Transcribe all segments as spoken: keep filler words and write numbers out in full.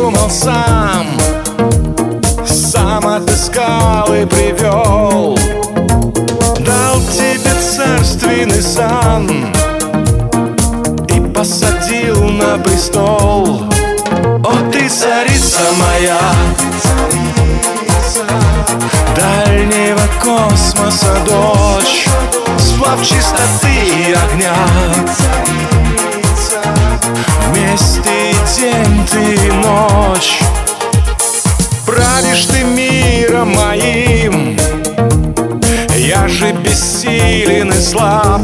выдумал сам, сам отыскал и привел, дал тебе царственный сан и посадил на престол. О, ты царица моя, дальнего космоса дочь, сплав чистоты и огня. Вместе и день, ты и ночь. Правишь ты миром моим, я же бессилен и слаб.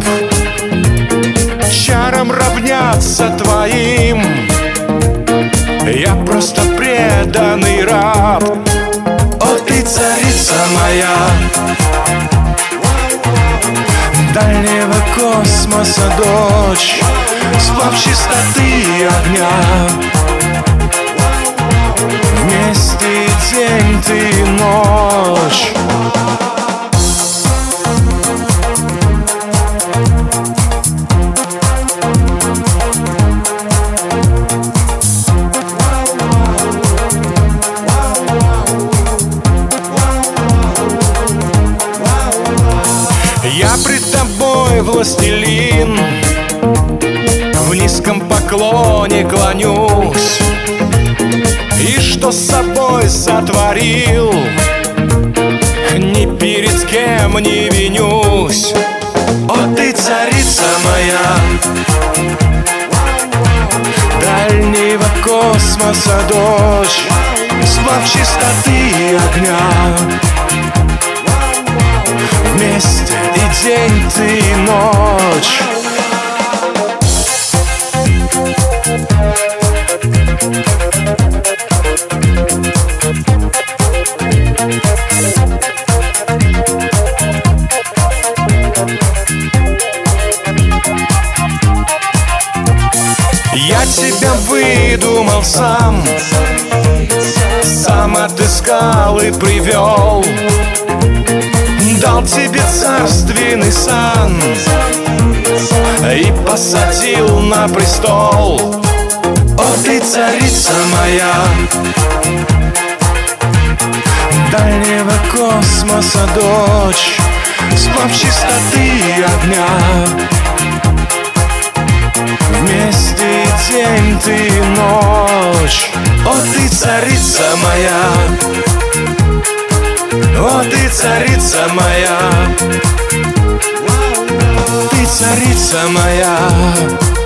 Чарам равняться твоим, я просто преданный раб. О, ты царица моя, дальнего космоса дочь, сплав чистоты и огня. Вместе и день, ты и ночь. Я пред тобой, властелин, в низком поклоне клонюсь, и что с собой сотворил, ни перед кем не винюсь. О, ты царица моя, дальнего космоса дочь, сплав чистоты и огня. Вместе и день, ты и ночь. Я тебя выдумал сам, сам отыскал и привел, дал тебе царственный сан и посадил на престол. О, ты царица моя, дальнего космоса дочь, сплав чистоты и огня. Вместе и день, ты и ночь. О, ты царица моя, о, ты царица моя, ты царица моя.